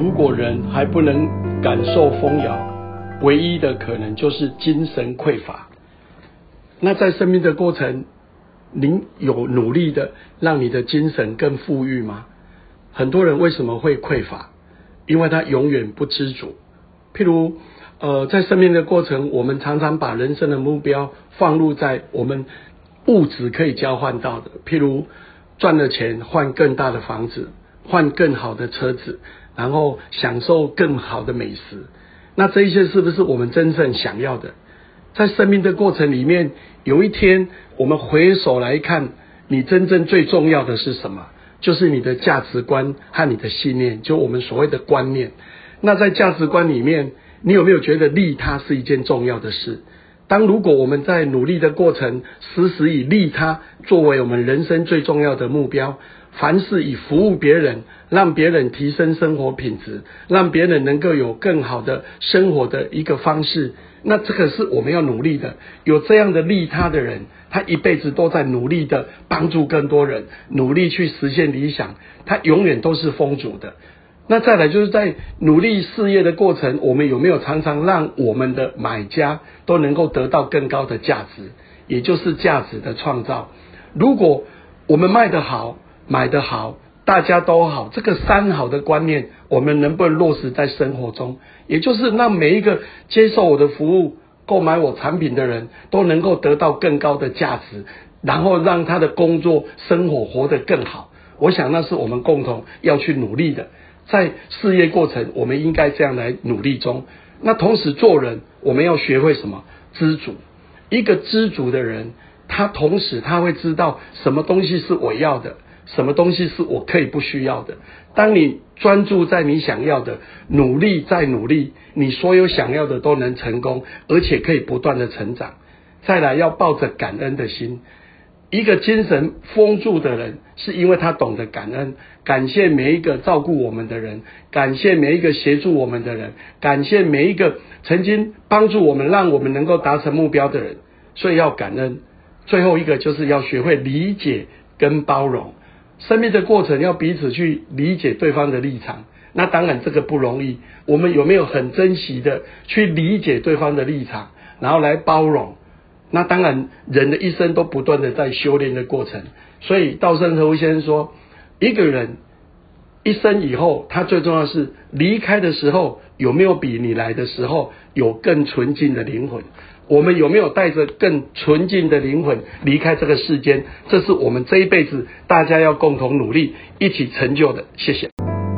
如果人还不能感受丰饶，唯一的可能就是精神匮乏。那在生命的过程，您有努力的让你的精神更富裕吗？很多人为什么会匮乏？因为他永远不知足。譬如在生命的过程，我们常常把人生的目标放入在我们物质可以交换到的，譬如赚了钱换更大的房子，换更好的车子，然后享受更好的美食。那这一些是不是我们真正想要的？在生命的过程里面，有一天我们回首来看，你真正最重要的是什么？就是你的价值观和你的信念，就我们所谓的观念。那在价值观里面，你有没有觉得利他是一件重要的事？如果我们在努力的过程，时时以利他作为我们人生最重要的目标，凡事以服务别人，让别人提升生活品质，让别人能够有更好的生活的一个方式，那这个是我们要努力的。有这样的利他的人，他一辈子都在努力的帮助更多人，努力去实现理想，他永远都是丰足的。那再来就是在努力事业的过程，我们有没有常常让我们的买家都能够得到更高的价值，也就是价值的创造。如果我们卖得好，买得好，大家都好，这个三好的观念我们能不能落实在生活中？也就是让每一个接受我的服务，购买我产品的人都能够得到更高的价值，然后让他的工作生活活得更好。我想那是我们共同要去努力的。在事业过程，我们应该这样来努力中。那同时做人，我们要学会什么？知足。一个知足的人，他同时他会知道什么东西是我要的，什么东西是我可以不需要的。当你专注在你想要的，努力再努力，你所有想要的都能成功，而且可以不断的成长。再来要抱着感恩的心。一个精神丰足的人，是因为他懂得感恩，感谢每一个照顾我们的人，感谢每一个协助我们的人，感谢每一个曾经帮助我们让我们能够达成目标的人，所以要感恩。最后一个就是要学会理解跟包容。生命的过程要彼此去理解对方的立场，那当然这个不容易。我们有没有很珍惜的去理解对方的立场，然后来包容？那当然人的一生都不断的在修炼的过程。所以稻盛和夫先生说，一个人一生以后，他最重要的是离开的时候有没有比你来的时候有更纯净的灵魂。我们有没有带着更纯净的灵魂离开这个世间？这是我们这一辈子大家要共同努力一起成就的。谢谢。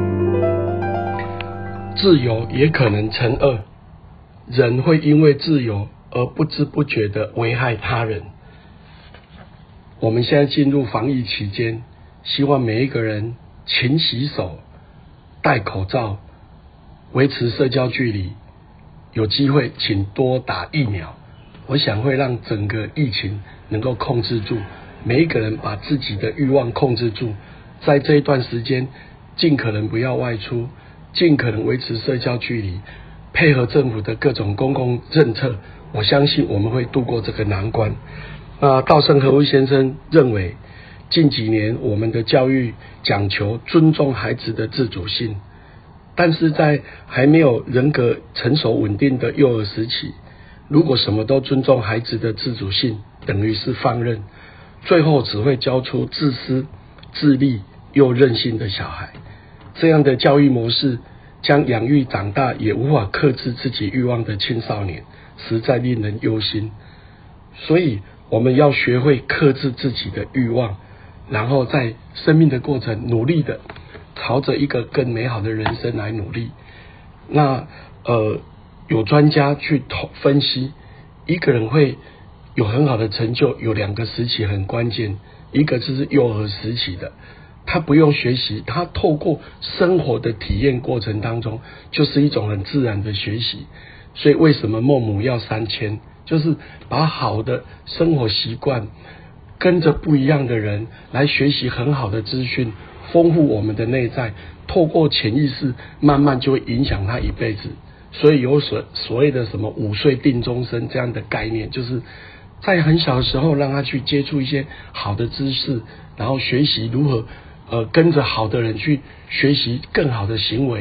自由也可能成恶，人会因为自由而不知不觉的危害他人。我们现在进入防疫期间，希望每一个人勤洗手，戴口罩，维持社交距离，有机会请多打疫苗。我想会让整个疫情能够控制住，每一个人把自己的欲望控制住，在这一段时间尽可能不要外出，尽可能维持社交距离，配合政府的各种公共政策，我相信我们会度过这个难关。稻盛和夫先生认为，近几年我们的教育讲求尊重孩子的自主性，但是在还没有人格成熟稳定的幼儿时期，如果什么都尊重孩子的自主性，等于是放任，最后只会教出自私、自利又任性的小孩。这样的教育模式将养育长大也无法克制自己欲望的青少年，实在令人忧心。所以我们要学会克制自己的欲望，然后在生命的过程努力的朝着一个更美好的人生来努力。那有专家去分析，一个人会有很好的成就，有两个时期很关键。一个就是幼儿时期的，他不用学习，他透过生活的体验过程当中，就是一种很自然的学习。所以为什么孟母要3000，就是把好的生活习惯跟着不一样的人来学习很好的资讯，丰富我们的内在，透过潜意识慢慢就会影响他一辈子。所以有所谓的什么5岁定终身这样的概念，就是在很小的时候让他去接触一些好的知识，然后学习如何跟着好的人去学习更好的行为。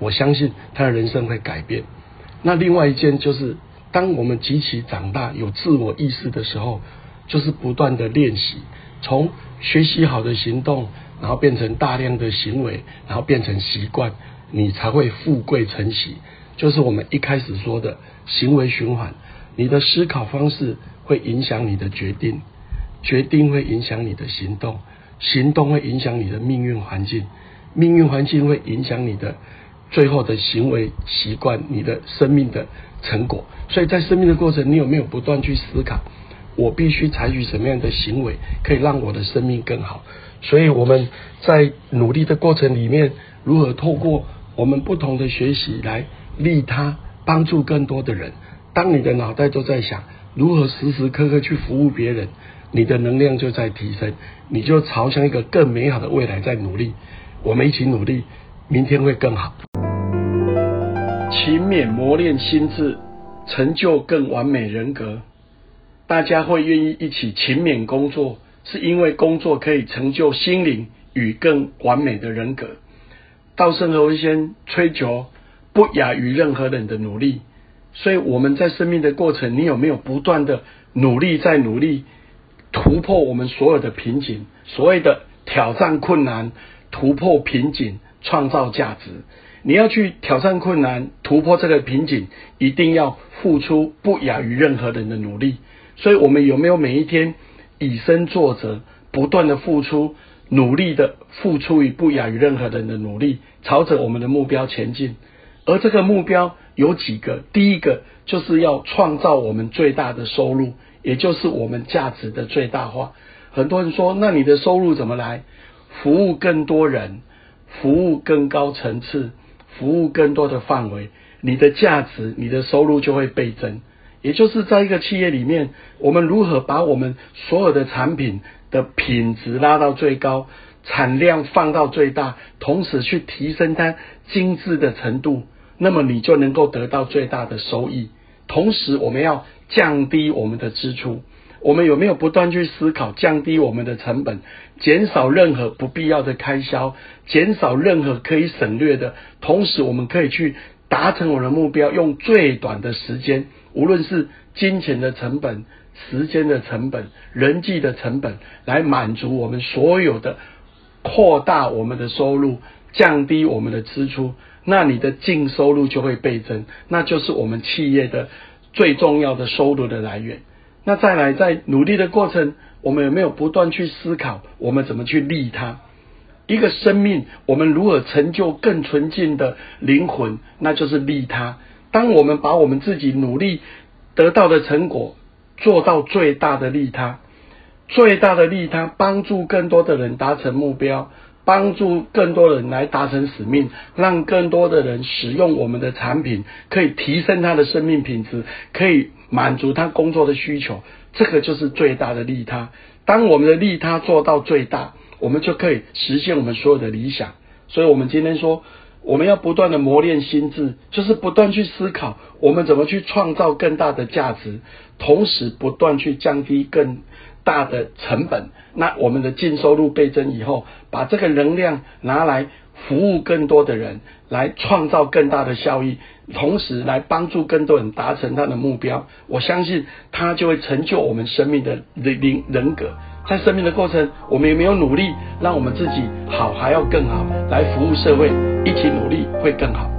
我相信他的人生会改变。那另外一件就是，当我们极其长大有自我意识的时候，就是不断的练习，从学习好的行动，然后变成大量的行为，然后变成习惯，你才会富贵成习。就是我们一开始说的行为循环，你的思考方式会影响你的决定，决定会影响你的行动，行动会影响你的命运环境，命运环境会影响你的最后的行为习惯，你的生命的成果。所以在生命的过程，你有没有不断去思考，我必须采取什么样的行为可以让我的生命更好？所以我们在努力的过程里面，如何透过我们不同的学习来利他，帮助更多的人。当你的脑袋都在想如何时时刻刻去服务别人，你的能量就在提升，你就朝向一个更美好的未来在努力。我们一起努力，明天会更好。勤勉磨练心智，成就更完美人格。大家会愿意一起勤勉工作，是因为工作可以成就心灵与更完美的人格。稻盛和夫先生追求不亚于任何人的努力，所以我们在生命的过程，你有没有不断的努力再努力，突破我们所有的瓶颈？所谓的挑战困难，突破瓶颈，创造价值。你要去挑战困难，突破这个瓶颈，一定要付出不亚于任何人的努力。所以我们有没有每一天以身作则，不断的付出，努力的付出于不亚于任何人的努力，朝着我们的目标前进？而这个目标有几个，第一个就是要创造我们最大的收入，也就是我们价值的最大化。很多人说，那你的收入怎么来？服务更多人，服务更高层次，服务更多的范围，你的价值，你的收入就会倍增。也就是在一个企业里面，我们如何把我们所有的产品的品质拉到最高，产量放到最大，同时去提升它精致的程度，那么你就能够得到最大的收益。同时我们要降低我们的支出，我们有没有不断去思考降低我们的成本，减少任何不必要的开销，减少任何可以省略的，同时我们可以去达成我的目标，用最短的时间，无论是金钱的成本、时间的成本、人际的成本，来满足我们所有的，扩大我们的收入，降低我们的支出，那你的净收入就会倍增，那就是我们企业的最重要的收入的来源。那再来，在努力的过程，我们有没有不断去思考，我们怎么去利他？一个生命，我们如何成就更纯净的灵魂，那就是利他。当我们把我们自己努力得到的成果做到最大的利他，最大的利他，帮助更多的人达成目标，帮助更多人来达成使命，让更多的人使用我们的产品，可以提升他的生命品质，可以满足他工作的需求，这个就是最大的利他。当我们的利他做到最大，我们就可以实现我们所有的理想。所以我们今天说，我们要不断的磨练心智，就是不断去思考我们怎么去创造更大的价值，同时不断去降低更大的成本。那我们的净收入倍增以后，把这个能量拿来服务更多的人，来创造更大的效益，同时来帮助更多人达成他的目标。我相信他就会成就我们生命的人格。在生命的过程，我们有没有努力让我们自己好还要更好，来服务社会，一起努力会更好。